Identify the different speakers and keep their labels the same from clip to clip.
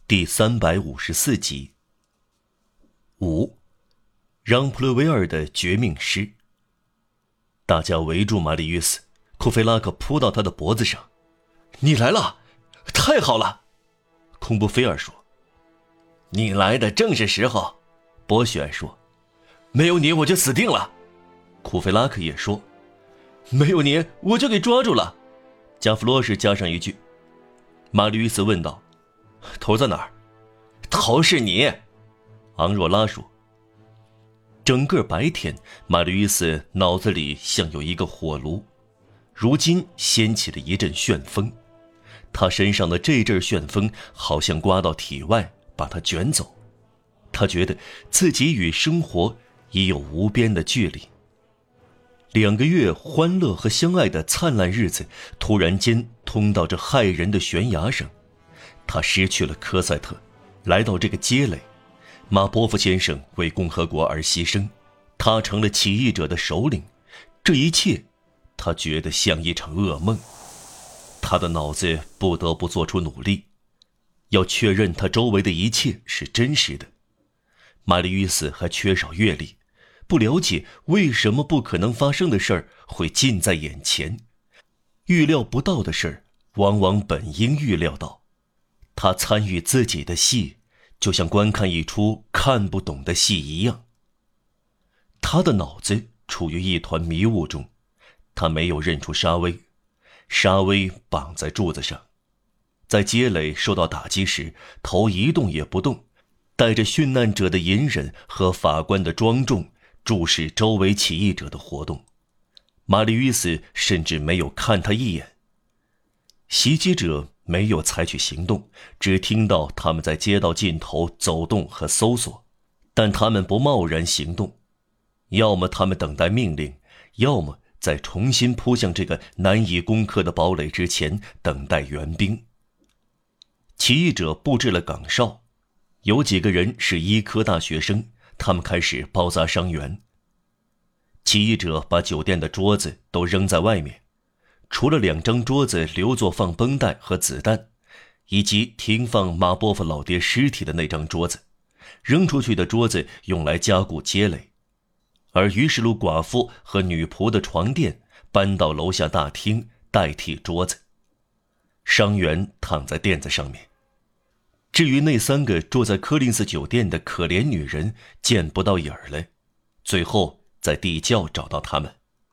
Speaker 1: 第354集。5. 让普勒维尔的绝命诗。大家围住玛丽约斯，库菲拉克扑到他的脖子上。你来了，太好了！孔布菲尔说。你来的正是时候，波许埃说。没有你我就死定了。库菲拉克也说。没有你我就给抓住了。加弗洛什加上一句。玛丽约斯问道，头在哪儿？头是你，昂若拉说。整个白天，玛丽约斯脑子里像有一个火炉，如今掀起了一阵旋风。他身上的这阵旋风好像刮到体外，把他卷走。他觉得自己与生活已有无边的距离。2个月欢乐和相爱的灿烂日子，突然间通到这骇人的悬崖上。他失去了科赛特，来到这个街垒。马波夫先生为共和国而牺牲，他成了起义者的首领。这一切，他觉得像一场噩梦。他的脑子不得不做出努力，要确认他周围的一切是真实的。玛丽约斯还缺少阅历，不了解为什么不可能发生的事儿会近在眼前。预料不到的事儿，往往本应预料到。他参与自己的戏，就像观看一出看不懂的戏一样。他的脑子处于一团迷雾中，他没有认出沙威。沙威绑在柱子上，在街垒受到打击时，头一动也不动，带着殉难者的隐忍和法官的庄重，注视周围起义者的活动。玛丽约斯甚至没有看他一眼。袭击者没有采取行动，只听到他们在街道尽头走动和搜索，但他们不贸然行动，要么他们等待命令，要么在重新扑向这个难以攻克的堡垒之前等待援兵。起义者布置了岗哨，有几个人是医科大学生，他们开始包扎伤员。起义者把酒店的桌子都扔在外面，除了2张桌子留作放绷带和子弹，以及停放马波夫老爹尸体的那张桌子，扔出去的桌子用来加固街垒，而于是路寡妇和女仆的床垫搬到楼下大厅代替桌子。伤员躺在垫子上面。至于那3个住在柯林斯酒店的可怜女人，见不到影儿来，最后在地窖找到他们。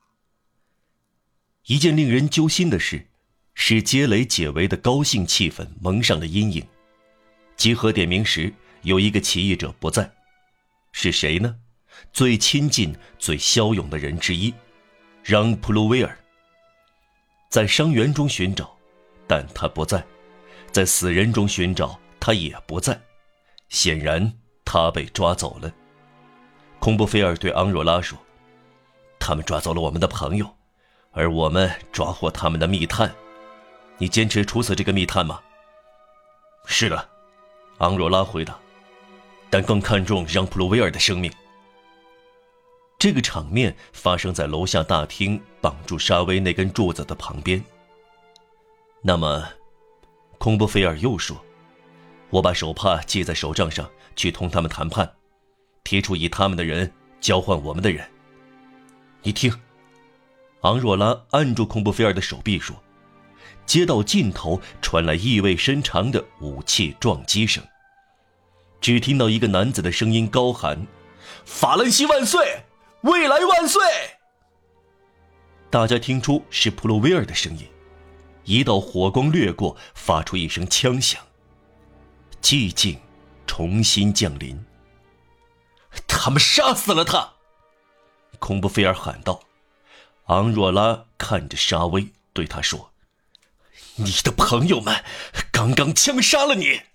Speaker 1: 一件令人揪心的事，使街垒解围的高兴气氛蒙上了阴影。集合点名时，有一个起义者不在。是谁呢？最亲近、最骁勇的人之一，让·普鲁威尔。在伤员中寻找，但他不在；在死人中寻找，他也不在。显然，他被抓走了。孔布菲尔对昂若拉说：“他们抓走了我们的朋友，而我们抓获他们的密探。你坚持处死这个密探吗？”“是的。”昂若拉回答，“但更看重让·普鲁威尔的生命。”这个场面发生在楼下大厅绑住沙威那根柱子的旁边。那么，孔布菲尔又说：“我把手帕系在手杖上，去同他们谈判，提出以他们的人交换我们的人。”你听，昂若拉按住孔布菲尔的手臂说。街道尽头传来意味深长的武器撞击声，只听到一个男子的声音高喊：“法兰西万岁！未来万岁！”大家听出是普鲁威尔的声音。一道火光掠过，发出一声枪响。寂静重新降临。他们杀死了他！孔布菲尔喊道。昂若拉看着沙威，对他说：“你的朋友们刚刚枪杀了你。”